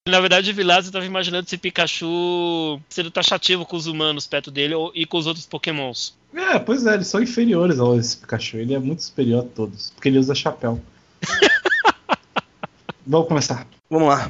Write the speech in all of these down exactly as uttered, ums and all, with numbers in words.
Na verdade, o Vilas eu tava imaginando esse Pikachu sendo taxativo com os humanos perto dele e com os outros pokémons. É, pois é, eles são inferiores ao esse Pikachu. Ele é muito superior a todos, porque ele usa chapéu. Vamos começar. Vamos lá.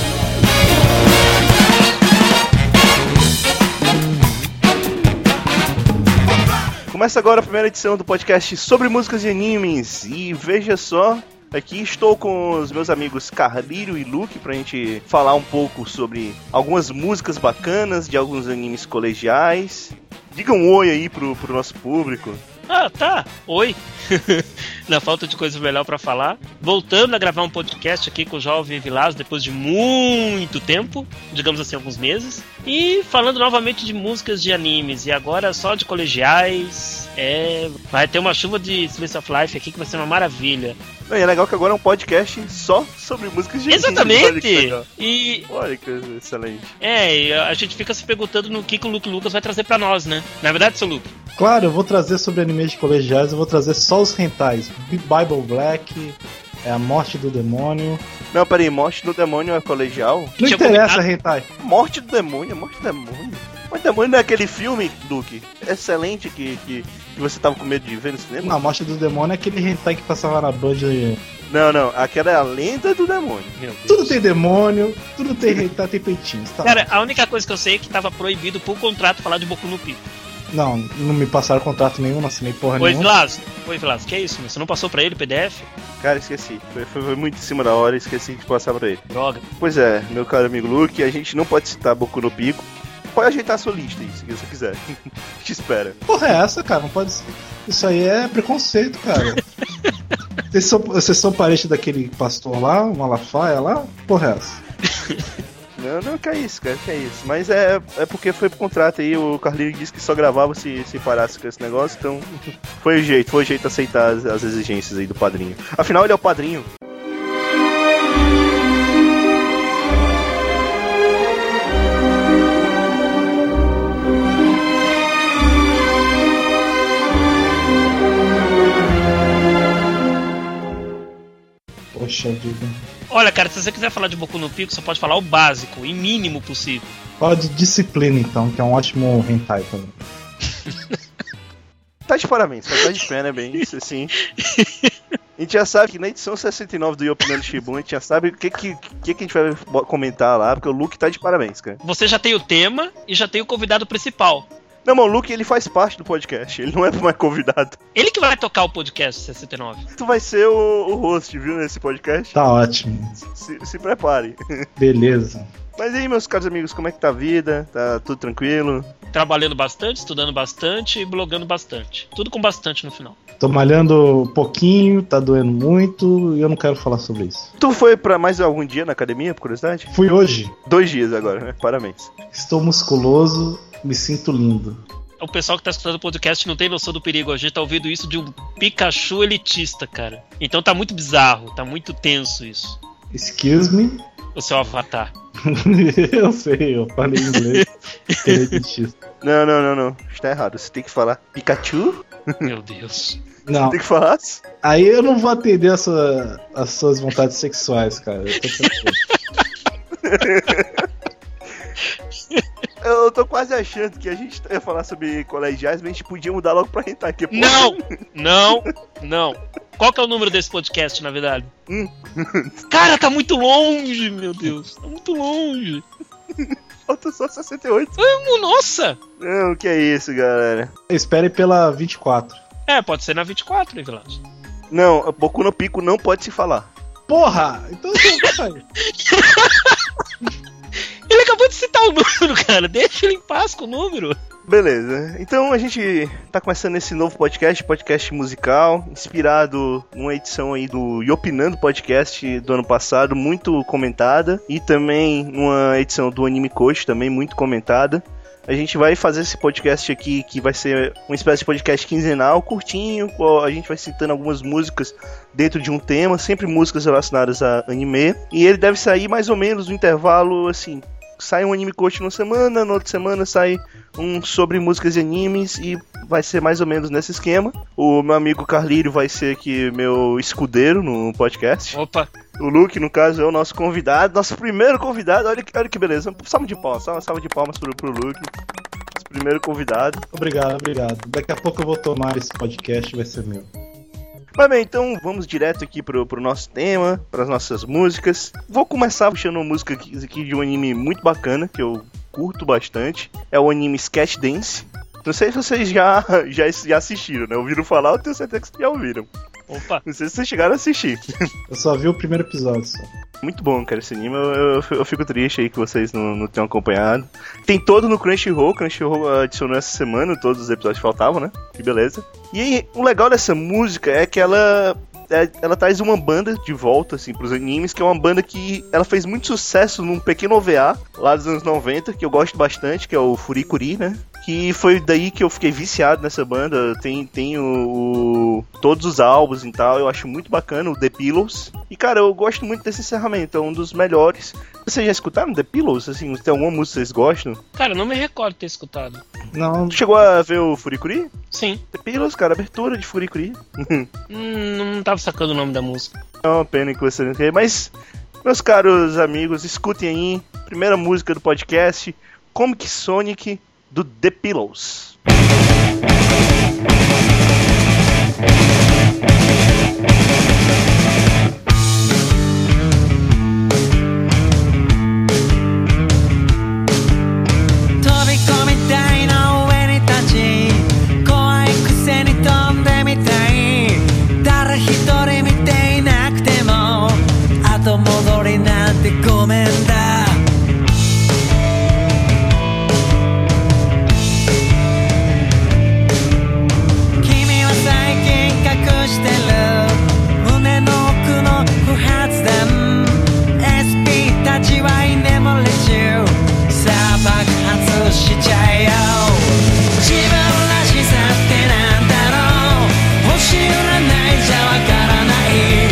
Começa agora a primeira edição do podcast sobre músicas e animes. E veja só, aqui estou com os meus amigos Carlírio e Luke pra gente falar um pouco sobre algumas músicas bacanas de alguns animes colegiais. Diga um oi aí pro, pro nosso público. Ah, tá. Oi. Na falta de coisa melhor pra falar. Voltando a gravar um podcast aqui com o jovem Vilas depois de muito tempo, digamos assim, alguns meses. E falando novamente de músicas de animes. E agora só de colegiais. É... Vai ter uma chuva de Slice of Life aqui que vai ser uma maravilha. E é legal que agora é um podcast só sobre músicas de Exatamente! Olha que legal. E... Olha que excelente. É, e a gente fica se perguntando no que, que o Luke Lucas vai trazer pra nós, né? Na verdade, seu Luke? Claro, eu vou trazer sobre animes de colegiais, eu vou trazer só os hentais. Bible Black, é a morte do demônio. Não, peraí, morte do demônio é colegial? Não Tinha interessa, comentado... hentai. Morte do demônio, morte do demônio. Morte do demônio não é aquele filme, Duque, excelente que, que, que você tava com medo de ver no cinema? Não, a morte do demônio é aquele hentai que passava na Band. Não, não, aquela é a lenda do demônio. Meu Deus. Tudo tem demônio, tudo tem hentai, tem peitinhos, tá? Cara, a única coisa que eu sei é que tava proibido por contrato falar de Boku no Pico. Não, não me passaram contrato nenhum, não assinei porra Oi, nenhuma. Vilas. Oi, Vilas. Que é isso? Você não passou pra ele o P D F? Cara, esqueci. Foi, foi, foi muito em cima da hora, esqueci de passar pra ele. Droga. Pois é, meu caro amigo Luke, a gente não pode citar Boku no Pico. Pode ajeitar a sua lista aí, se você quiser. Te espera. Porra é essa, cara? Não pode. Isso aí é preconceito, cara. Vocês são, vocês são parentes daquele pastor lá, o Malafaia lá? Porra é essa? Não, não, que é isso, cara, que é isso. Mas é, é porque foi pro contrato aí, o Carlinhos disse que só gravava se, se parasse com esse negócio, então foi o jeito, foi o jeito de aceitar as, as exigências aí do padrinho. Afinal, ele é o padrinho. Poxa vida. Olha, cara, se você quiser falar de Boku no Pico, você pode falar o básico, e mínimo possível. Fala de Disciplina, então, que é um ótimo hentai também. Tá de parabéns, tá de pé, né, bem, isso assim. A gente já sabe que na edição sessenta e nove do Yopinando Shibu, a gente já sabe o que, que, que, que a gente vai comentar lá, porque o Luke tá de parabéns, cara. Você já tem o tema e já tem o convidado principal. Não, mas o Luke, ele faz parte do podcast, ele não é mais convidado. Ele que vai tocar o podcast sessenta e nove. Tu vai ser o, o host, viu, nesse podcast. Tá ótimo. Se, se prepare. Beleza. Mas aí, meus caros amigos, como é que tá a vida? Tá tudo tranquilo? Trabalhando bastante, estudando bastante e blogando bastante. Tudo com bastante no final. Tô malhando um pouquinho, tá doendo muito e eu não quero falar sobre isso. Tu foi pra mais algum dia na academia, por curiosidade? Fui hoje. Dois dias agora, né? Parabéns. Estou musculoso, me sinto lindo. O pessoal que tá escutando o podcast não tem noção do perigo. A gente tá ouvindo isso de um Pikachu elitista, cara. Então tá muito bizarro, tá muito tenso isso. Excuse me? O seu avatar. Eu sei, eu falei inglês. Não, não, não, não. Está errado. Você tem que falar Pikachu? Meu Deus. Não. Tem que falar? Aí eu não vou atender a sua, as suas vontades sexuais, cara. Eu tô Eu tô quase achando que a gente ia falar sobre colegiais, mas a gente podia mudar logo pra hentai. Que não, não, não. Qual que é o número desse podcast, na verdade? Hum. Cara, tá muito longe, meu Deus. Tá muito longe. Falta só sessenta e oito. Nossa! Não, que é isso, galera. Espere pela vinte e quatro. É, pode ser na vinte e quatro, hein, Vilas? Não, Boku no Pico não pode se falar. Porra! Então vai. Ele acabou de citar o número, cara. Deixa ele em paz com o número. Beleza, então a gente tá começando esse novo podcast, podcast musical, inspirado numa edição aí do Yopinando Podcast do ano passado, muito comentada, e também numa edição do Anime Coach, também muito comentada. A gente vai fazer esse podcast aqui, que vai ser uma espécie de podcast quinzenal, curtinho, a gente vai citando algumas músicas dentro de um tema, sempre músicas relacionadas a anime, e ele deve sair mais ou menos no intervalo, assim, sai um Anime Coach numa semana, na outra semana sai um sobre músicas e animes, e vai ser mais ou menos nesse esquema. O meu amigo Carlírio vai ser aqui meu escudeiro no podcast. Opa! O Luke, no caso, é o nosso convidado, nosso primeiro convidado. Olha, olha que beleza. Salve de palmas, uma salva de palmas pro, pro Luke. Nosso primeiro convidado. Obrigado, obrigado. Daqui a pouco eu vou tomar esse podcast, vai ser meu. Mas bem, então vamos direto aqui pro, pro nosso tema, pras nossas músicas. Vou começar puxando uma música aqui, aqui de um anime muito bacana, que eu curto bastante. É o anime Sketch Dance. Não sei se vocês já, já, já assistiram, né? Ouviram falar, eu tenho certeza que vocês já ouviram. Opa! Não sei se vocês chegaram a assistir. Eu só vi o primeiro episódio só. Muito bom, cara, esse anime. Eu, eu, eu fico triste aí que vocês não, não tenham acompanhado. Tem todo no Crunchyroll. Crunchyroll adicionou essa semana, todos os episódios faltavam, né? Que beleza. E aí, o legal dessa música é que ela... É, ela traz uma banda de volta, assim, pros animes, que é uma banda que ela fez muito sucesso num pequeno O V A, lá dos anos noventa, que eu gosto bastante, que é o Furikuri, né? Que foi daí que eu fiquei viciado nessa banda. Tem, tem o, o, todos os álbuns e tal, eu acho muito bacana, o The Pillows. E, cara, eu gosto muito desse encerramento, é um dos melhores. Vocês já escutaram The Pillows? Assim, tem alguma música que vocês gostam? Cara, não me recordo ter escutado. Não. Tu chegou a ver o Furikuri? Sim. The Pillows, cara, abertura de Furikuri. hum, não tava sacando o nome da música. É uma pena que você não tenha, mas, meus caros amigos, escutem aí, primeira música do podcast, Comic Sonic, do The Pillows. 戻りなんてごめんだ君は最近隠してる胸の奥の不発弾 エスピー たちは居眠り中さあ爆発しちゃえよ自分らしさってなんだろう星占いじゃわからない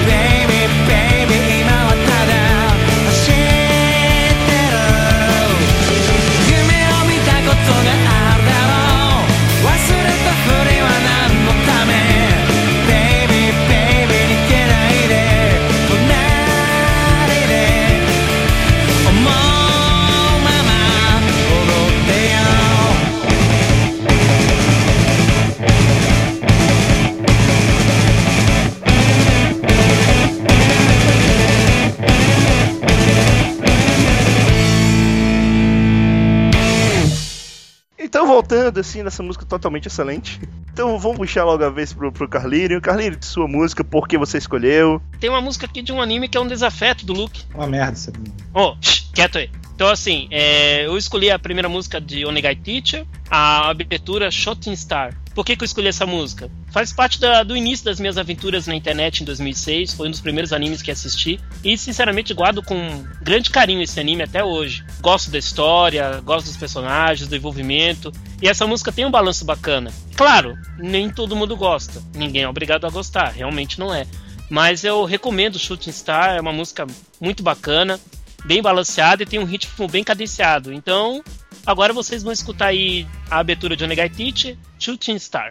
voltando assim nessa música totalmente excelente. Então vamos puxar logo a vez pro, pro Carlírio. Carlírio, sua música, por que você escolheu? Tem uma música aqui de um anime que é um desafeto do Luke. Uma merda essa música. Oh, shh, quieto aí. Então assim, é, eu escolhi a primeira música de Onegai Teacher, a abertura Shooting Star. Por que que eu escolhi essa música? Faz parte da, do início das minhas aventuras na internet em dois mil e seis, foi um dos primeiros animes que assisti e sinceramente guardo com grande carinho esse anime até hoje. Gosto da história, gosto dos personagens, do envolvimento e essa música tem um balanço bacana. Claro, nem todo mundo gosta, ninguém é obrigado a gostar, realmente não é. Mas eu recomendo Shooting Star, é uma música muito bacana, bem balanceada e tem um ritmo bem cadenciado. Então, agora vocês vão escutar aí a abertura de Onegai Teacher, Shooting Star.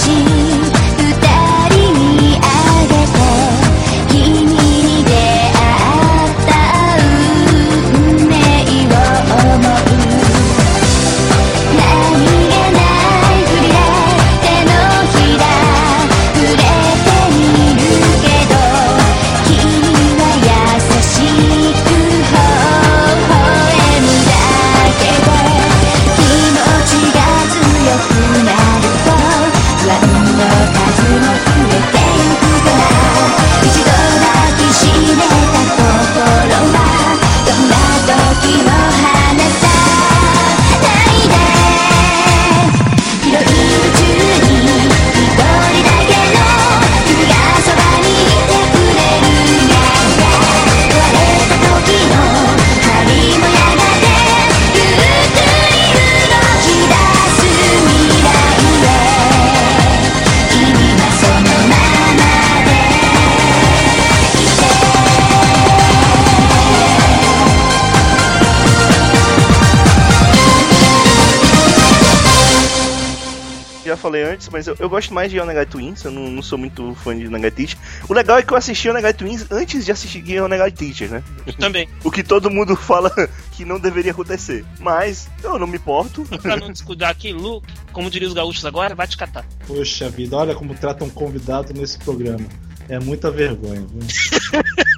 君に出会 já falei antes, mas eu, eu gosto mais de Onegai Twins, eu não, não sou muito fã de Onegai Teacher. O legal é que eu assisti Onegai Twins antes de assistir Onegai Teacher, né? Eu também. O que todo mundo fala que não deveria acontecer. Mas eu não me importo. Pra não descuidar aqui, Luke, como diria os gaúchos agora, vai te catar. Poxa vida, olha como tratam um convidado nesse programa. É muita vergonha, viu?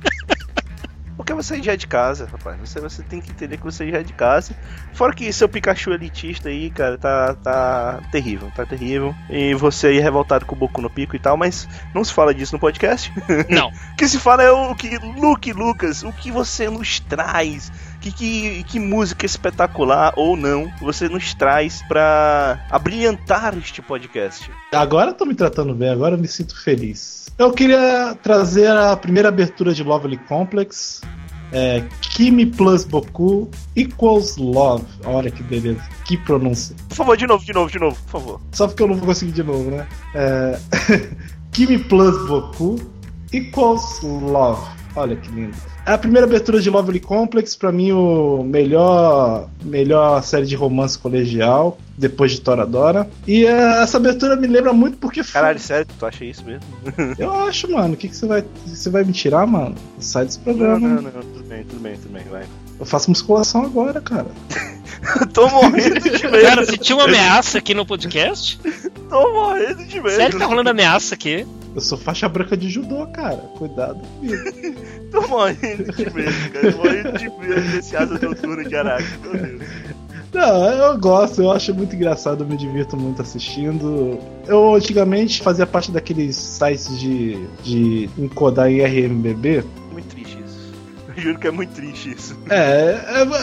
Porque você já é de casa, rapaz. Você, você tem que entender que você já é de casa. Fora que seu Pikachu elitista aí, cara, tá, tá terrível, tá terrível. E você aí revoltado com o Boku no Pico e tal, mas não se fala disso no podcast. Não. O que se fala é o que, Luke, Lucas, o que você nos traz, que, que, que música espetacular ou não você nos traz pra abrilhantar este podcast. Agora eu tô me tratando bem, agora eu me sinto feliz. Eu queria trazer a primeira abertura de Lovely Complex, é, Kimi plus Boku equals Love. Olha que beleza, que pronúncia. Por favor, de novo, de novo, de novo, por favor. Só porque eu não vou conseguir de novo, né? É... Kimi plus Boku equals Love. Olha que lindo. A primeira abertura de Lovely Complex, pra mim, o melhor, melhor série de romance colegial, depois de Toradora. E uh, essa abertura me lembra muito porque... Caralho, sério, tu acha isso mesmo? Eu acho, mano. O que, que você vai... Você vai me tirar, mano? Sai desse programa. Não, não, não. Tudo bem, tudo bem, tudo bem, vai. Eu faço musculação agora, cara. Eu tô morrendo de medo. Cara, se tinha uma ameaça aqui no podcast... Tô morrendo de medo. Sério que tá rolando ameaça aqui? Eu sou faixa branca de judô, cara. Cuidado comigo. Tô morrendo de medo, cara. Tô morrendo de medo desse asa noturno de Araque, meu Deus. Não, eu gosto, eu acho muito engraçado, eu me divirto muito assistindo. Eu antigamente fazia parte daqueles sites de, de encodar em R M B B. Muito triste isso. Eu juro que é muito triste isso. É,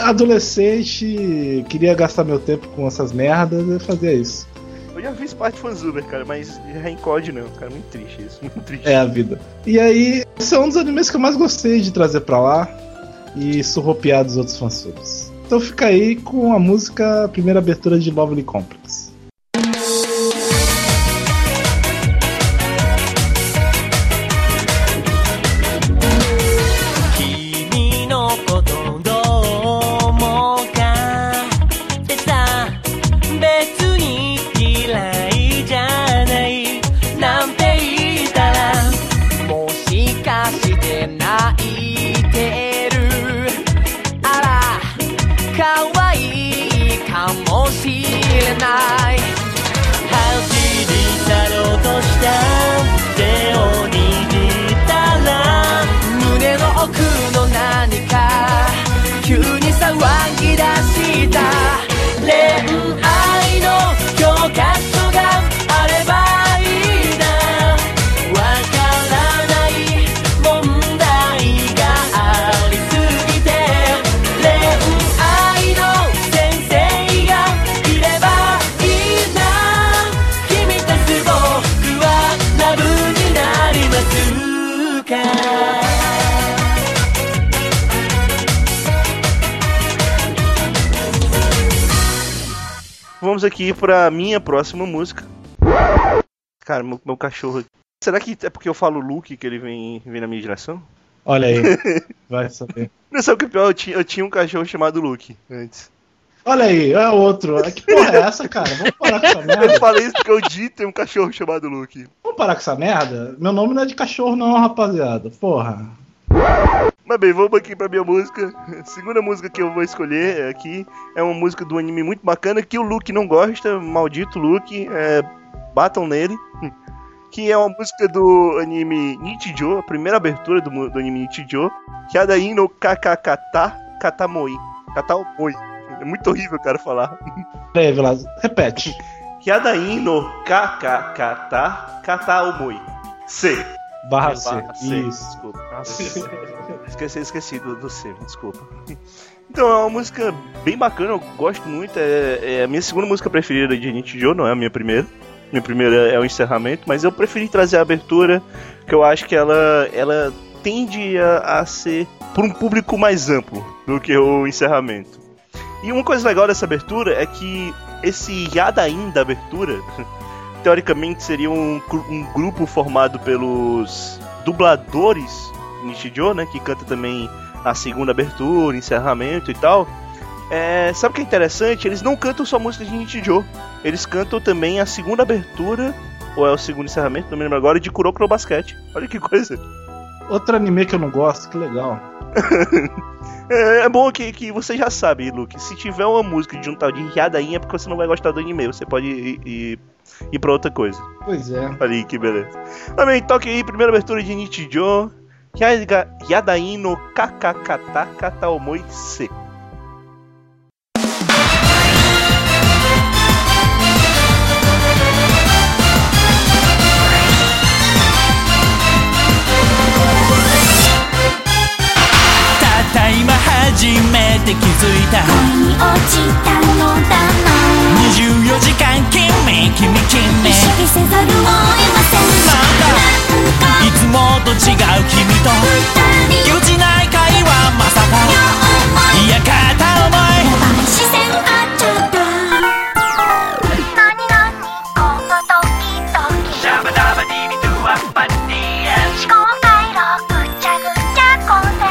adolescente, queria gastar meu tempo com essas merdas, eu fazia isso. Eu já fiz parte de Fanzuber, cara, mas Raincode não, cara, muito triste isso, muito triste. É a vida. E aí, esse é um dos animes que eu mais gostei de trazer pra lá e surrupiar dos outros fansubs. Então fica aí com a música, a primeira abertura de Lovely Complex. か Vamos aqui pra minha próxima música. Cara, meu, meu cachorro. Será que é porque eu falo Luke que ele vem, vem na minha direção? Olha aí, vai saber. Não sabe o que é pior? Eu tinha, eu tinha um cachorro chamado Luke antes. Olha aí, é outro. Que porra é essa, cara? Vamos parar com essa merda. Eu falei isso porque o Di tem um cachorro chamado Luke. Vamos parar com essa merda? Meu nome não é de cachorro não, rapaziada. Porra. Mas bem, vamos aqui pra minha música. A segunda música que eu vou escolher aqui é uma música do anime muito bacana que o Luke não gosta, maldito Luke, é, batam nele. Que é uma música do anime Nichijou, a primeira abertura do, do anime Nichijou, Kyadain no Kakakata Katamoi. Katamoi. É muito horrível, cara, falar. Peraí, Velasco, repete. Kyadain no Kakakata Kataomoi. C. Barra C. Barra C. Isso. Desculpa. Esqueci, esqueci do, do C, desculpa. Então é uma música bem bacana, eu gosto muito. É, é a minha segunda música preferida de Nichijou, não é a minha primeira. Minha primeira é o encerramento, mas eu preferi trazer a abertura, que eu acho que ela, ela tende a, a ser por um público mais amplo do que o encerramento. E uma coisa legal dessa abertura é que esse Yadain da abertura, teoricamente seria um, um grupo formado pelos dubladores Nichijou, né, que canta também a segunda abertura, encerramento e tal. É, sabe o que é interessante? Eles não cantam só música de Nichijou. Eles cantam também a segunda abertura, ou é o segundo encerramento, não me lembro agora, de Kuroko no Basket. Olha que coisa. Outro anime que eu não gosto, que legal. é, é bom que, que você já sabe, Luke. Se tiver uma música de um tal de Hyadain é porque você não vai gostar do anime. Você pode ir, ir, ir pra outra coisa. Pois é. Olha aí, que beleza. Também toque aí, primeira abertura de Nichijou. Hyadain no Kakakata Kataomoi Se. 初めて気づいた恋に落ちたのだなにじゅうよじかん君君君意識せざるを得ませんなんかいつもと違う君とぎこちない会話まさかいや片思い視線合っちゃった何々この時々シャバダバディビドゥワッパディエン思考回路ぐちゃぐちゃ混戦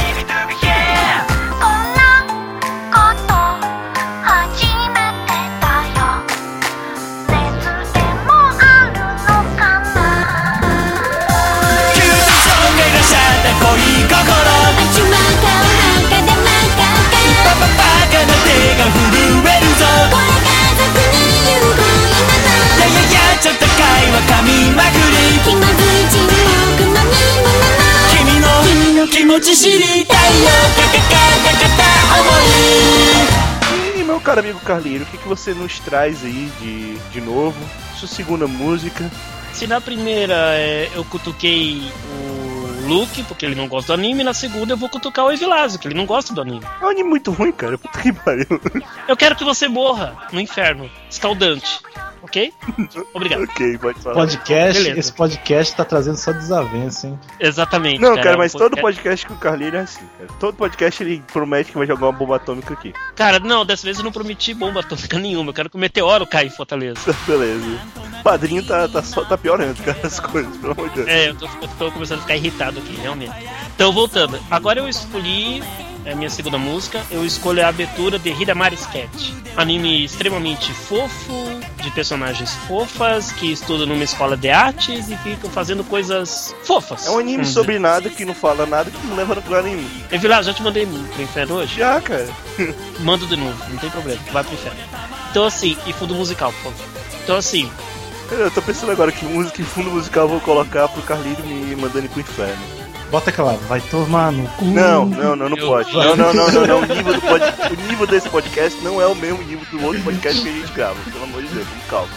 E meu caro amigo Carlinhos, o que, que você nos traz aí de, de novo? Sua segunda música. Se na primeira é, eu cutuquei o Luke, porque ele não gosta do anime, na segunda eu vou cutucar o Evilásio, que ele não gosta do anime. É um anime muito ruim, cara. Puta que pariu. Eu quero que você morra no inferno, escaldante. Ok? Obrigado. Ok, pode falar. Podcast, esse podcast tá trazendo só desavença, hein? Exatamente. Não, cara, cara mas podcast... todo podcast com o Carlinhos é assim, cara. Todo podcast ele promete que vai jogar uma bomba atômica aqui. Cara, não, dessa vez eu não prometi bomba atômica nenhuma. Eu quero que o meteoro caia em Fortaleza. Beleza. O padrinho tá, tá, só, tá piorando, cara, as coisas, pelo amor de Deus. É, eu tô, eu tô começando a ficar irritado aqui, realmente. Então, voltando. Agora eu escolhi a minha segunda música. Eu escolho a abertura de Hidamari Sketch. Anime extremamente fofo, de personagens fofas, que estudam numa escola de artes e ficam fazendo coisas fofas. É um anime sobre dizer. nada, que não fala nada, que não leva no lugar nenhum. Evilá, já te mandei pro inferno hoje? Já, cara. Mando de novo, não tem problema, vai pro inferno. Então assim, e fundo musical, por favor. Então assim... Eu tô pensando agora que música e fundo musical eu vou colocar pro Carlinhos me mandando ir pro inferno. Bota aquela, vai tomar no cu. Não, não, não, não eu... pode. Não, não, não, não, não. O nível, do pod... o nível desse podcast não é o mesmo nível do outro podcast que a gente grava. Pelo amor de Deus, com calma.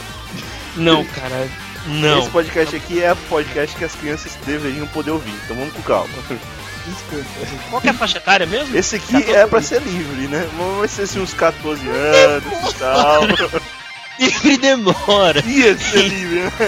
Não, cara, não. Esse podcast aqui é o podcast que as crianças deveriam poder ouvir, então vamos com calma. Desculpa. Qual que é a faixa etária mesmo? Esse aqui catorze é pra ser livre, né? Vai ser assim uns catorze anos e tal. Livre demora. Ia ser livre, né?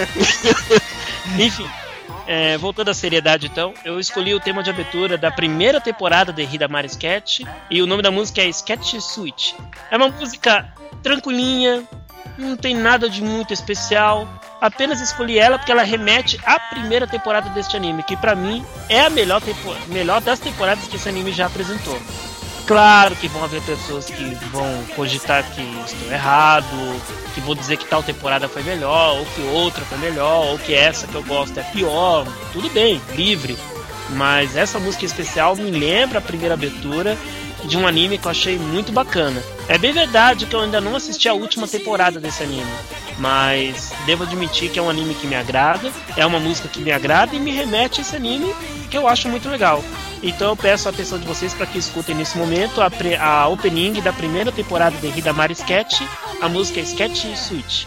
Enfim. É, voltando à seriedade, então, eu escolhi o tema de abertura da primeira temporada de Hidamari Sketch e o nome da música é Sketch Switch. É uma música tranquilinha, não tem nada de muito especial, apenas escolhi ela porque ela remete à primeira temporada deste anime, que pra mim é a melhor, tempo- melhor das temporadas que esse anime já apresentou. Claro que vão haver pessoas que vão cogitar que estou errado, que vão dizer que tal temporada foi melhor, ou que outra foi melhor, ou que essa que eu gosto é pior. Tudo bem, livre. Mas essa música especial me lembra a primeira abertura de um anime que eu achei muito bacana. É bem verdade que eu ainda não assisti a última temporada desse anime, mas devo admitir que é um anime que me agrada, é uma música que me agrada e me remete a esse anime que eu acho muito legal. Então eu peço a atenção de vocês para que escutem nesse momento a, pre- a opening da primeira temporada de Hidamari Sketch, a música Sketch Switch.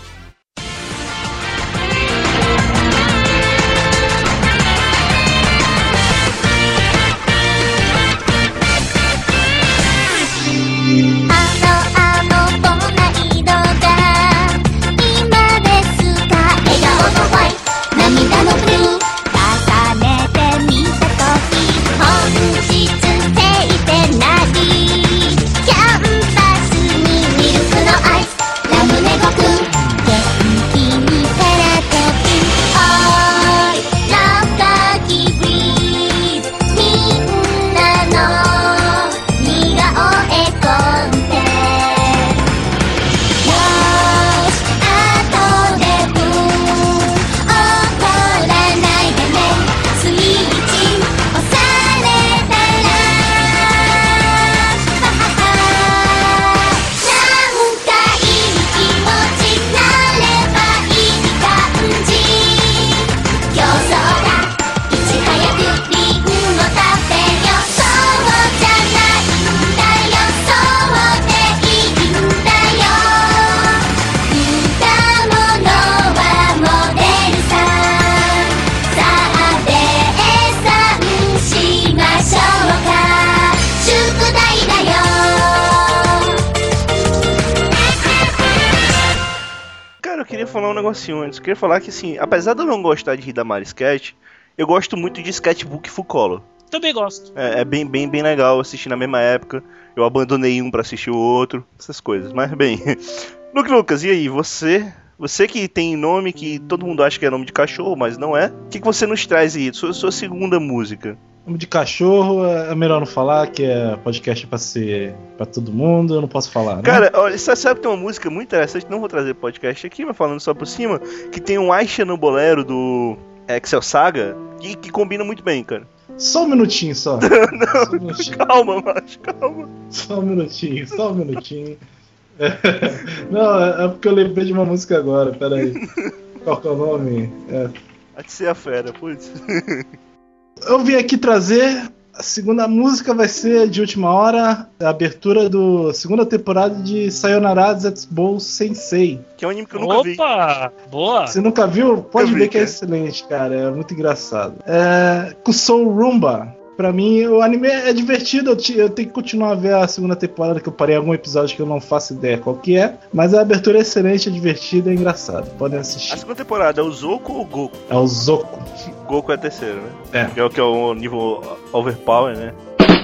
negocinho antes. Eu queria falar que, assim, apesar de eu não gostar de Hidamari Sketch, eu gosto muito de Sketchbook Full Color. Também gosto. É, é bem, bem, bem legal assistir na mesma época. Eu abandonei um pra assistir o outro, essas coisas. Mas, bem... Luke Lucas, e aí, você... Você que tem nome que todo mundo acha que é nome de cachorro, mas não é. O que, que você nos traz aí? Sua, sua segunda música. Nome de cachorro é melhor não falar, que é podcast pra ser pra todo mundo, eu não posso falar, né? Cara, olha, você sabe que tem uma música muito interessante, não vou trazer podcast aqui, mas falando só por cima, que tem um Aisha no bolero do Excel Saga, que, que combina muito bem, cara. Só um minutinho, só. Não, só um minutinho. Calma, macho, calma. Só um minutinho, só um minutinho. É, não, é, é porque eu lembrei de uma música agora, peraí. Qual que é o nome? É. Pode ser a fera, putz. Eu vim aqui trazer, a segunda música vai ser de última hora, a abertura da segunda temporada de Sayonara Zetsubou Sensei. Que é um anime que eu nunca vi. Opa! Boa! Você nunca viu? Pode Eu ver vi, que é cara. excelente, cara, é muito engraçado. É, Kusou Rumba. Pra mim, o anime é divertido, eu, te- eu tenho que continuar a ver a segunda temporada, que eu parei em algum episódio que eu não faço ideia qual que é, mas a abertura é excelente, é divertida e é engraçada. Podem A assistir. segunda temporada é o Zoku ou o Goku? É o Zoku. Goku é a terceira, né? É. Que é o que é o nível overpower, né?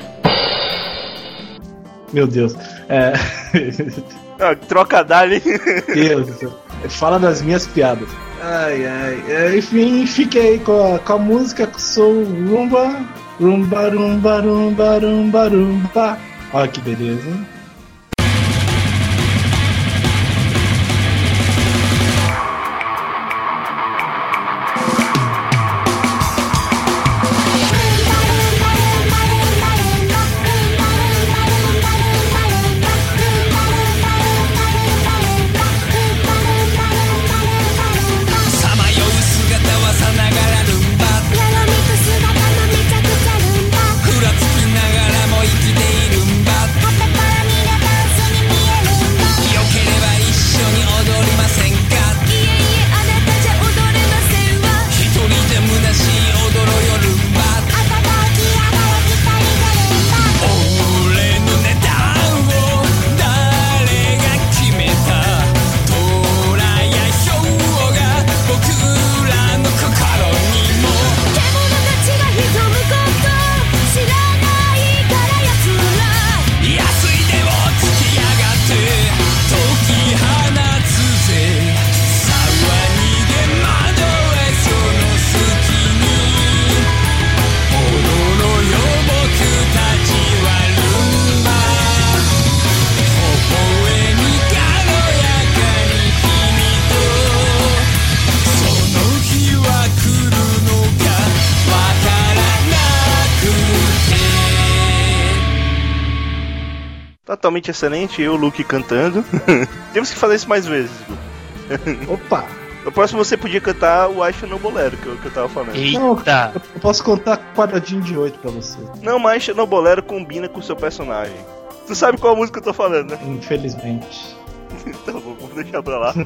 Meu Deus. É. Ah, trocadilho, hein? Deus do céu. Fala das minhas piadas. Ai, ai. É, enfim, fique aí com a, com a música que sou Rumba. Rumba, rumba, rumba, rumba, rumba. Olha que beleza, hein? Totalmente excelente, eu, Luke, cantando. Temos que fazer isso mais vezes, Gu. Opa! No próximo você podia cantar o Aisha no Bolero, que eu, que eu tava falando. Não, Eita! eu posso contar quadradinho de oito pra você. Não, mas Aisha no Bolero combina com o seu personagem. Tu sabe qual música eu tô falando, né? Infelizmente. Tá bom, vamos deixar pra lá.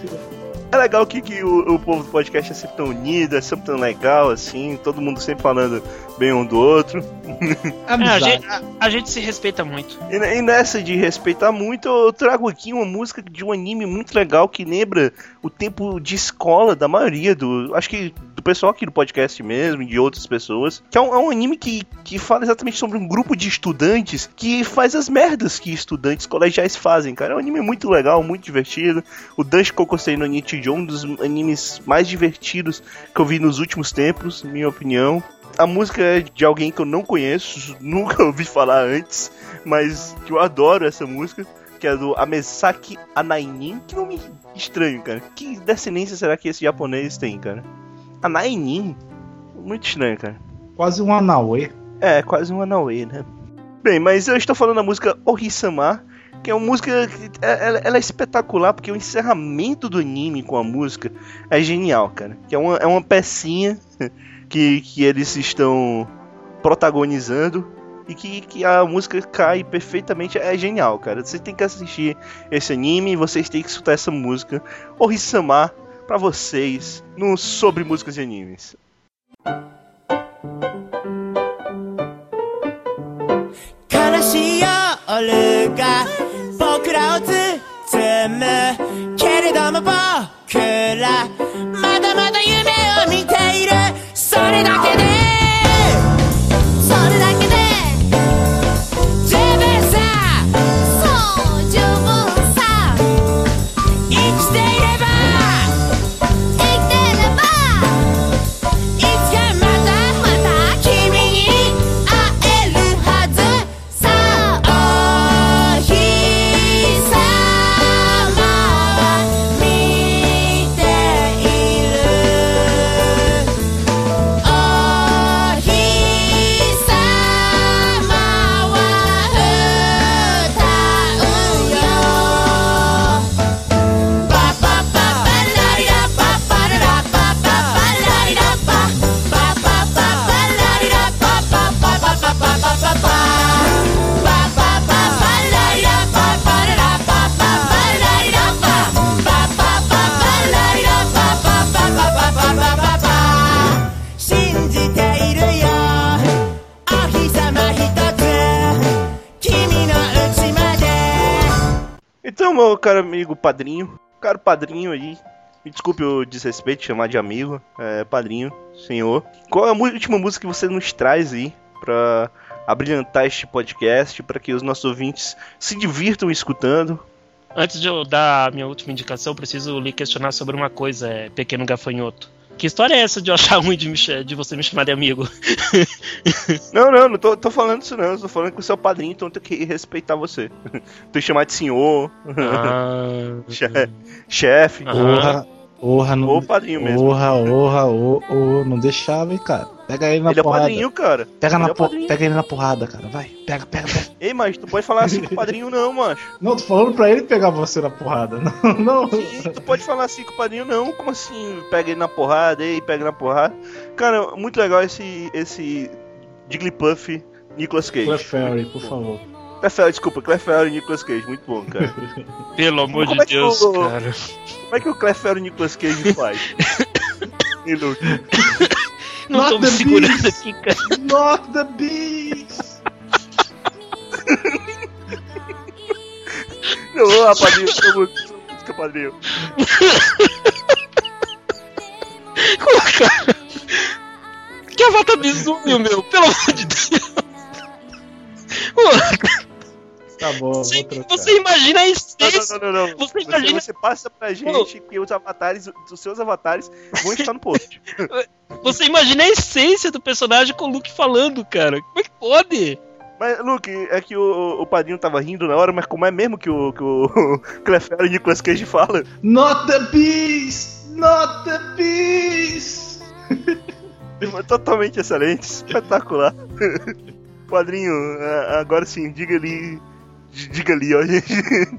É legal que, que o, o povo do podcast é sempre tão unido, é sempre tão legal, assim, todo mundo sempre falando bem um do outro. É, a, Amizade. gente, a, a gente se respeita muito. E, e nessa de respeitar muito, eu trago aqui uma música de um anime muito legal que lembra o tempo de escola da maioria do. Acho que do pessoal aqui do podcast mesmo, e de outras pessoas. Que é um, é um anime que, que fala exatamente sobre um grupo de estudantes que faz as merdas que estudantes colegiais fazem, cara. É um anime muito legal, muito divertido. O Danshi Kokosei no Nichijou, um dos animes mais divertidos que eu vi nos últimos tempos, na minha opinião. A música é de alguém que eu não conheço, nunca ouvi falar antes, mas que eu adoro essa música, que é do Amesaki Anainin. Que nome estranho, cara. Que descendência será que esse japonês tem, cara? Anainin? Muito estranho, cara. Quase um Anauê. É, quase um Anaue, né? Bem, mas eu estou falando da música Ohisama, que é uma música que ela, ela é espetacular, porque o encerramento do anime com a música é genial, cara. Que é uma, é uma pecinha que, que eles estão protagonizando e que, que a música cai perfeitamente. É genial, cara. Vocês têm que assistir esse anime e vocês têm que escutar essa música Ohisama pra vocês no Sobre Músicas de Animes. 悲しい夜が僕らを包むけれども僕桜まだまだ夢を見ているそれだけでそれだけで十分さそう十分さ生きていれば生きていればいつかまたまた君に会えるはずさお日さまは見ているお日さまは歌うよパパパパラリラパパララパパパラリラパパパパパラリラパパパパパパパパパパパパパパラリラパパララパパパラリラパパパパパラリラパパパパパパパパパ信じているよお日様一つ君の家まで Então, meu caro amigo padrinho, caro padrinho aí, me desculpe o desrespeito de chamar de amigo, é, padrinho, senhor. Qual é a mu- última música que você nos traz aí pra abrilhantar este podcast, pra que os nossos ouvintes se divirtam escutando? Antes de eu dar a minha última indicação, eu preciso lhe questionar sobre uma coisa, é, pequeno gafanhoto. Que história é essa de eu achar ruim de, me ch- de você me chamar de amigo? Não, não, não tô, tô falando isso não, eu tô falando que você é o padrinho, então eu tenho que respeitar você. Tenho que chamar de senhor, Ah, che- chefe, Ah. Porra, porra, não. ou padrinho mesmo. Porra, porra, ô, ô, não deixava, hein, cara. Pega ele na Ele é porrada. padrinho, cara. Pega, Ele na é po- padrinho. pega ele na porrada, cara. Vai, pega, pega, pega. Ei, mas tu pode falar assim com o padrinho não, macho. Não, tô falando pra ele pegar você na porrada. Não, não. Sim, tu pode falar assim com o padrinho não, como assim? Pega ele na porrada, ei, pega na porrada. Cara, muito legal esse, esse Jigglypuff Nicolas Cage. Clefairy, por favor. Clefairy, desculpa, Clefairy Nicolas Cage, muito bom, cara. pelo amor Como de é que Deus, o- cara. Como é que o Clefairy Nicolas Cage faz? E Luke? Não Not tô me the segurando beast. aqui, cara. Not the beast! Não, ah, padrinho, sua música, padrinho. Ô, cara. Que avata bizonho, meu. Pelo amor de Deus. Ô, Tá bom, vou você, trocar. você imagina a Não, essência. não, não, não. Você Você, imagina- você passa pra gente que os avatares, os seus avatares vão estar no post. Você imagina a essência do personagem com o Luke falando, cara. Como é que pode? Mas, Luke, é que o, o padrinho tava rindo na hora, mas como é mesmo que o, que o Clefairy Nicolas Cage fala? Not the beast! Not the beast! Foi totalmente excelente, espetacular. Padrinho, a- agora sim, diga ali. d- Diga ali, ó, gente.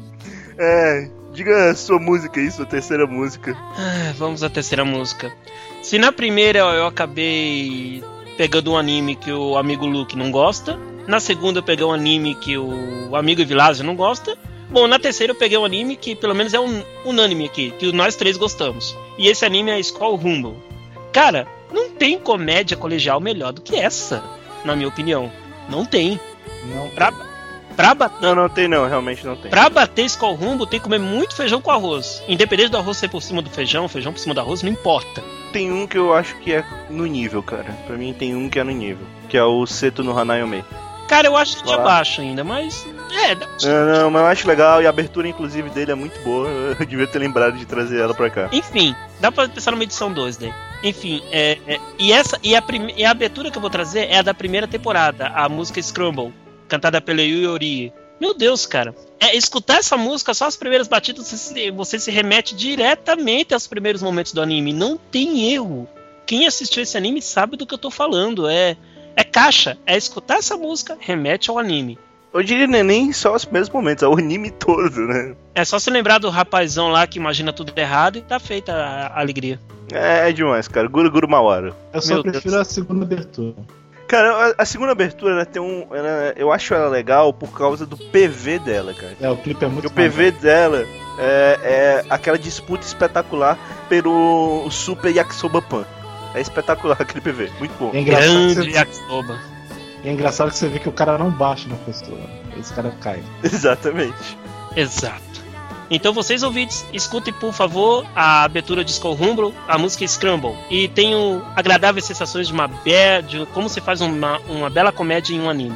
É, diga a sua música aí, sua terceira música. Ah, vamos à terceira música. Se na primeira eu acabei pegando um anime que o amigo Luke não gosta, na segunda eu peguei um anime que o amigo Evilásio não gosta, bom, na terceira eu peguei um anime que pelo menos é um unânime aqui, que nós três gostamos. E esse anime é Skull Rumble. Cara, não tem comédia colegial melhor do que essa, na minha opinião. Não tem. Não. Pra, pra bater. Não, não tem não, realmente não tem. Pra bater Skull Rumble tem que comer muito feijão com arroz. Independente do arroz ser por cima do feijão, feijão por cima do arroz, não importa. Tem um que eu acho que é no nível, cara. Pra mim tem um que é no nível. Que é o Seto no Hanayome. Cara, eu acho de Vai lá. abaixo ainda, mas. É, dá- Não, não, mas eu acho legal e a abertura, inclusive, dele é muito boa. Eu devia ter lembrado de trazer ela pra cá. enfim, dá pra pensar numa edição dois daí. Enfim, é, é, e, essa, e, a prime, e a abertura que eu vou trazer é a da primeira temporada, a música Scramble, cantada pela Yuri. Meu Deus, cara. É, escutar essa música, só as primeiras batidas, você se, você se remete diretamente aos primeiros momentos do anime. Não tem erro. Quem assistiu esse anime sabe do que eu tô falando. É, é caixa. É escutar essa música, remete ao anime. Eu diria né, nem só os primeiros momentos, é o anime todo, né? É só se lembrar do rapazão lá que imagina tudo errado e tá feita a, a alegria. É, é demais, cara. Guru Guru Mawara. Eu só Meu prefiro Deus. a segunda abertura. Cara, a, a segunda abertura, ela tem um. Ela, eu acho ela legal por causa do P V dela, cara. É, o clipe é muito Porque o P V dela é, é aquela disputa espetacular pelo Super Yakisoba Pan. É espetacular aquele P V, muito bom. É engraçado, que Grande você, Yakisoba. é engraçado que você vê que o cara não baixa na pessoa. Esse cara cai. Exatamente. Exato. Então vocês ouvintes, escutem por favor a abertura de Skull Rumble, a música Scramble. E tenham agradáveis sensações de uma be- de como se faz uma, uma bela comédia em um anime.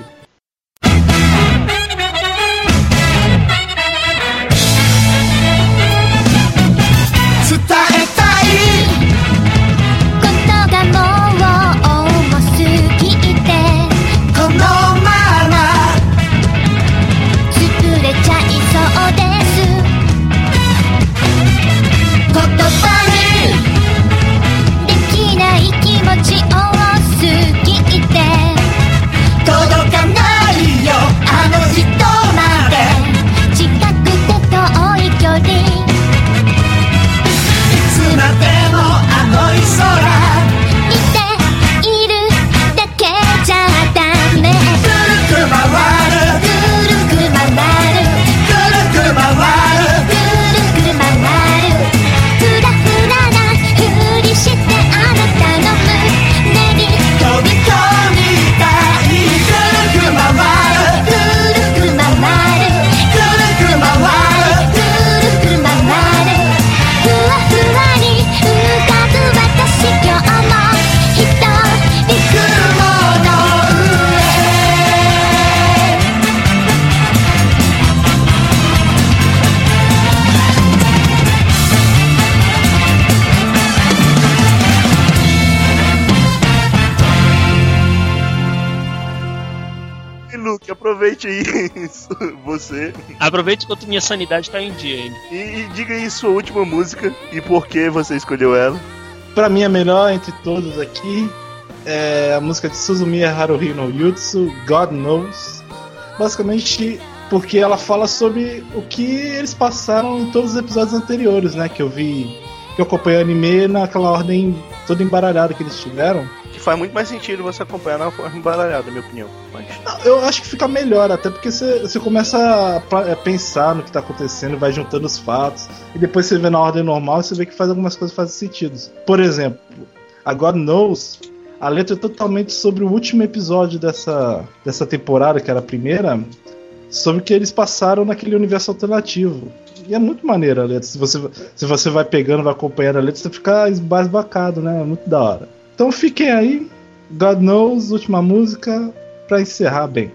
E Luke, aproveite isso, você. Aproveite enquanto minha sanidade tá em dia ainda. E, e diga aí sua última música e por que você escolheu ela. Pra mim, a melhor entre todas aqui é a música de Suzumiya Haruhi no Yutsu, God Knows. Basicamente porque ela fala sobre o que eles passaram em todos os episódios anteriores, né? Que eu vi, que eu acompanhei o anime naquela ordem toda embaralhada que eles tiveram. Que faz muito mais sentido você acompanhar na forma embaralhada, na minha opinião. Mas... eu acho que fica melhor, até porque você, você começa a pensar no que tá acontecendo, vai juntando os fatos, e depois você vê na ordem normal e você vê que faz algumas coisas que fazem sentido. Por exemplo, a God Knows, a letra é totalmente sobre o último episódio dessa, dessa temporada, que era a primeira, sobre o que eles passaram naquele universo alternativo. E é muito maneiro a letra. Se você, se você vai pegando, vai acompanhando a letra, você fica embasbacado, né? É muito da hora. Então fiquem aí, God Knows, última música, pra encerrar bem.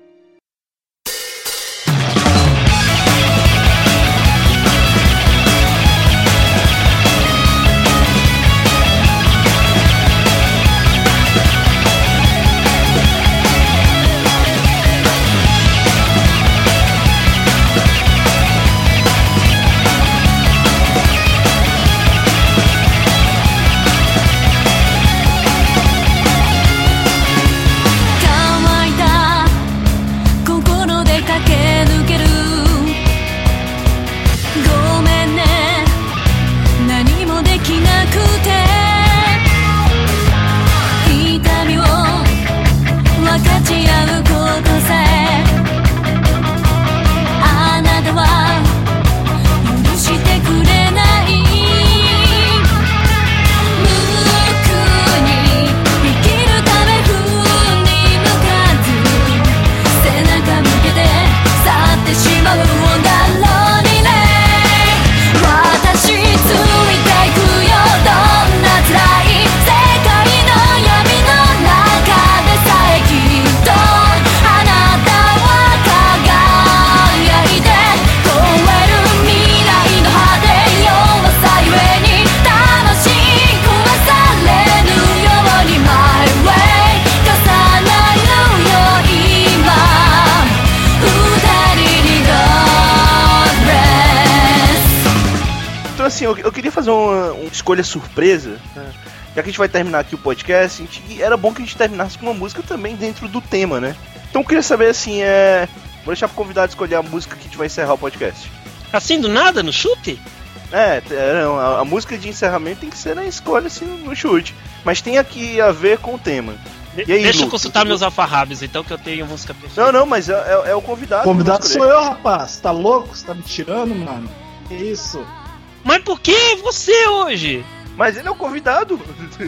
assim, eu, eu queria fazer uma, uma escolha surpresa, né? Já que a gente vai terminar aqui o podcast, a gente, era bom que a gente terminasse com uma música também dentro do tema, né? Então eu queria saber assim, é... vou deixar pro convidado escolher a música que a gente vai encerrar o podcast. Assim, do nada, no chute? É, não, a, a música de encerramento tem que ser na escolha, assim, no chute. Mas tem aqui a ver com o tema. E aí, Deixa Lu, eu consultar tu... meus alfarrábios, então, que eu tenho música perfeita. Não, não, mas é, é, é o convidado. O convidado sou eu, rapaz. Tá louco? Você tá me tirando, mano? Que isso? Mas por que você hoje? Mas ele é o convidado.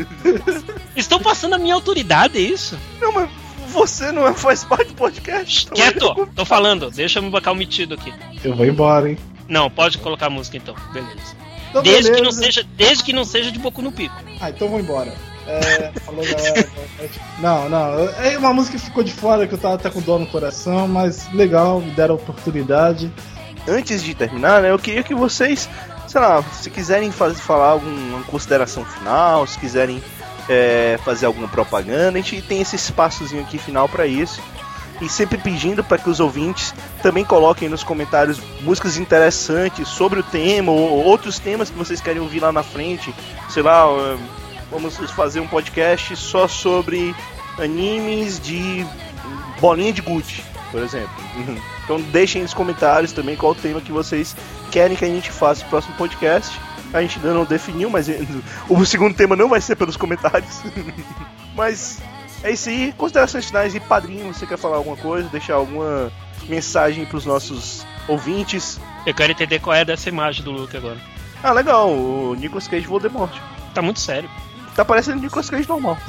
Estão passando a minha autoridade, é isso? Não, mas você não faz parte do podcast. Então quieto, é tô falando. Deixa eu me bancar o metido aqui. Eu vou embora, hein? Não, pode colocar a música então, beleza. Então, Desde que, não beleza. seja, desde que não seja de Boku no Pico. Ah, então vou embora. É, falou, galera. Não, não. É uma música que ficou de fora, que eu tava até com dor no coração, mas legal, me deram a oportunidade. Antes de terminar, né, eu queria que vocês, sei lá, se quiserem fazer, falar alguma consideração final, se quiserem é, fazer alguma propaganda, a gente tem esse espaçozinho aqui final pra isso. E sempre pedindo para que os ouvintes também coloquem nos comentários músicas interessantes sobre o tema ou outros temas que vocês querem ouvir lá na frente. Sei lá, vamos fazer um podcast só sobre animes de bolinha de gude, por exemplo. Então deixem nos comentários também qual o tema que vocês querem que a gente faça no próximo podcast. A gente ainda não definiu, mas o segundo tema não vai ser pelos comentários. Mas é isso aí, considerações finais. E Padrinho, você quer falar alguma coisa? Deixar alguma mensagem pros nossos ouvintes? Eu quero entender qual é dessa imagem do Luke agora. Ah, legal, o Nicolas Cage Voldemort. Tá muito sério. Tá parecendo o Nicolas Cage normal.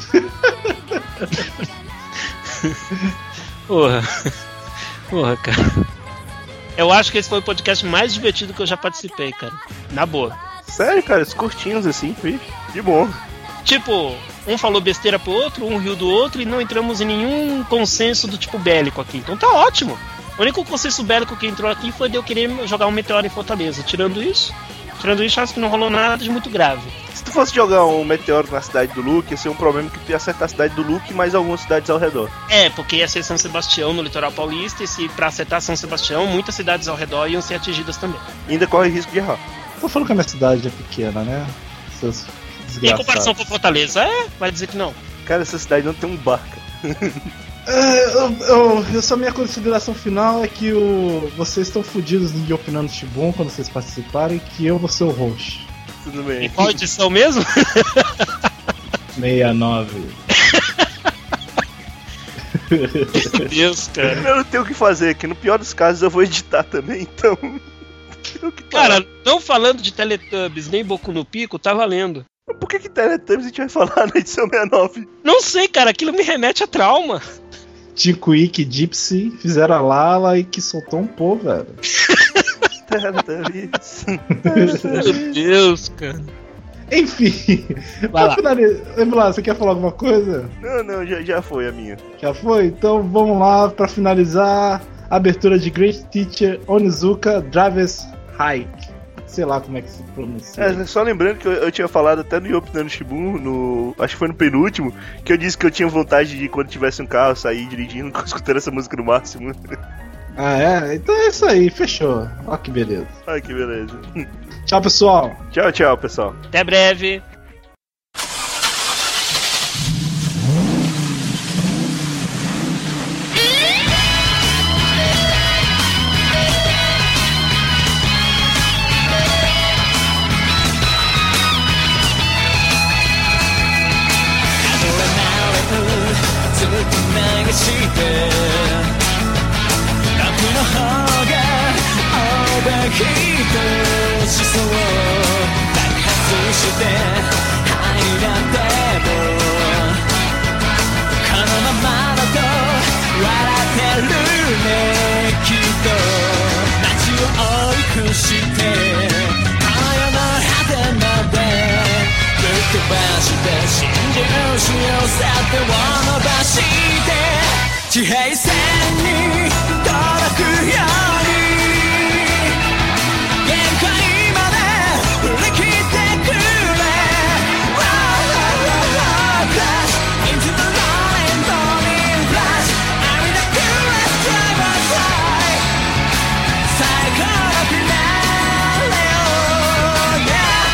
Porra. Porra, cara. Eu acho que esse foi o podcast mais divertido que eu já participei, cara. Na boa. Sério, cara, os curtinhos assim, vixe, de bom. Tipo, um falou besteira pro outro, um riu do outro e não entramos em nenhum consenso do tipo bélico aqui. Então tá ótimo. O único consenso bélico que entrou aqui foi de eu querer jogar um meteoro em Fortaleza. Tirando isso, tirando isso, acho que não rolou nada de muito grave. Se tu fosse jogar um meteoro na cidade do Luke, ia ser um problema que tu ia acertar a cidade do Luke e mais algumas cidades ao redor. É, porque ia ser São Sebastião no litoral paulista, e se pra acertar São Sebastião, muitas cidades ao redor iam ser atingidas também. E ainda corre risco de errar. Tô falando que a minha cidade é pequena, né? Seus Em comparação com Fortaleza, é? Vai dizer que não. Cara, essa cidade não tem um barco. É, eu, eu, eu, só minha consideração final é que o, vocês estão fodidos de Opinando Shibun quando vocês participarem, que eu vou ser o host. Tudo bem. E qual edição mesmo? sessenta e nove. Meu Deus, cara. Eu não tenho o que fazer, que no pior dos casos eu vou editar também, então. Cara, não falando de Teletubbies nem Boku no Pico, tá valendo. Por que que Teletubbies a gente vai falar na edição sessenta e nove? Não sei, cara, aquilo me remete a trauma. Tico-Ike e Gypsy fizeram a Lala e que soltou um pô, velho. Teletubbies. Meu Deus, cara. Enfim, pra finalizar, Emilá, você quer falar alguma coisa? Não, não, já, já foi a minha. Já foi? Então vamos lá pra finalizar a abertura de Great Teacher Onizuka Driver's Hike. Sei lá como é que se pronuncia. É, só lembrando que eu, eu tinha falado até no Yopinando Shibun, no, acho que foi no penúltimo, que eu disse que eu tinha vontade de, quando tivesse um carro, sair dirigindo, escutando essa música no máximo. Ah, é? Então é isso aí, fechou. Ó que beleza. Ai, que beleza. Tchau, pessoal. Tchau, tchau, pessoal. Até breve. 地平線に届くように限界まで振り切ってくれ Crash into the rolling rolling flash I'm in the coolest driver's side 最高のフィナーレを Yeah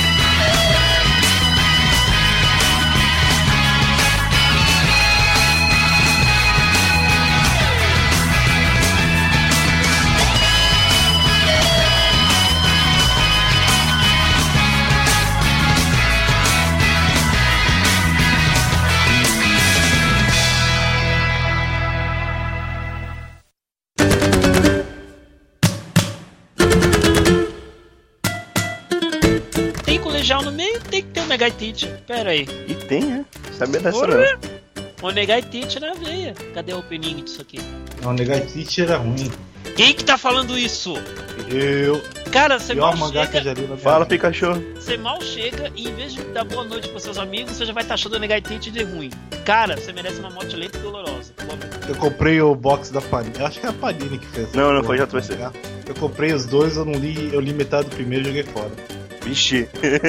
No meio tem que ter o Negai Teacher. Pera aí. E tem, né? Sabia dessa Ora, não. O Negai Teacher na veia. Cadê o opening disso aqui? Não, o Negai Teacher era ruim. Quem que tá falando isso? Eu. Cara, você Pior mal mangá que a chega, Jarina. Fala, Pikachu. você mal chega e em vez de dar boa noite pros seus amigos, você já vai estar achando o Negative de ruim. Cara, você merece uma morte lenta e dolorosa. Eu comprei o box da Panini. Eu acho que é a Panini que fez. Não, não essa foi, já porra, trouxe. tá? Eu comprei os dois, eu não li, eu li metade do primeiro e joguei fora. Vixe.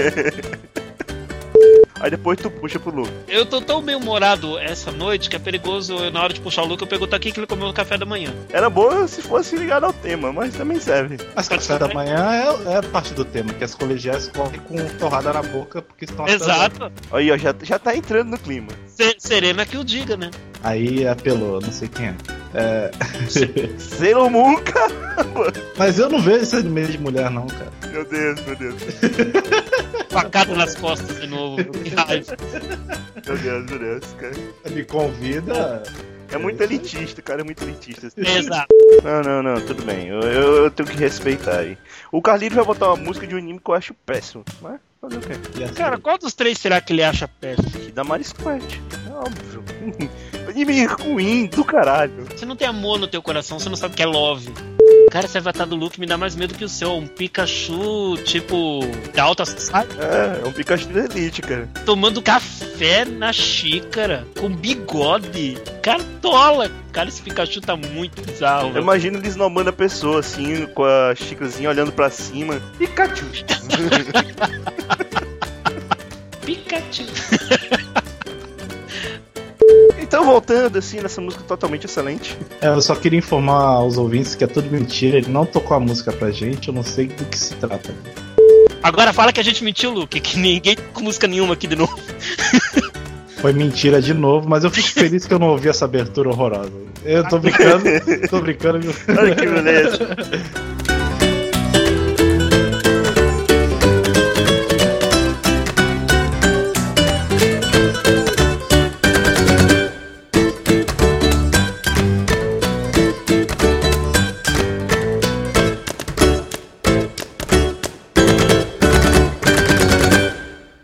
Aí depois tu puxa pro Luke. Eu tô tão bem-humorado essa noite que é perigoso eu, na hora de puxar o Luke eu perguntar o que ele comeu no café da manhã. Era bom se fosse ligado ao tema, mas também serve. Mas café da manhã é, é parte do tema, que as colegiais correm com torrada na boca porque estão Exato. Aí, ó, já, já tá entrando no clima. Se- Serena que o diga, né? Aí apelou, não sei quem é. é... Sailor Moon, caramba. Mas eu não vejo esse anime de mulher, não, cara. Meu Deus, meu Deus. Facada nas costas de novo. Que raiva. Meu Deus, meu Deus, cara. Me convida. É muito elitista, cara, é muito elitista. Exato. Não, não, não, tudo bem. Eu, eu, eu tenho que respeitar aí. O Carlito vai botar uma música de um anime que eu acho péssimo. Mas fazer o quê? E assim, Cara, qual dos três será que ele acha péssimo? Que da Marisquete. É óbvio. Anime ruim do caralho. Você não tem amor no teu coração, você não sabe o que é love. Cara, esse avatar do Luke me dá mais medo que o seu. Um Pikachu, tipo, da alta society, É, é um Pikachu da Elite, cara. tomando café na xícara, com bigode. Cartola. Cara, esse Pikachu tá muito bizarro. Eu velho. imagino eles nomando a pessoa assim, com a xícarazinha olhando pra cima. Pikachu! Pikachu. Então, voltando assim, nessa música totalmente excelente. é, eu só queria informar aos ouvintes que é tudo mentira. Ele não tocou a música pra gente, eu não sei do que se trata. Agora fala que a gente mentiu, Luke, que ninguém com música nenhuma aqui de novo. Foi mentira de novo, mas eu fico feliz que eu não ouvi essa abertura horrorosa. Eu tô brincando, tô brincando. Olha que beleza.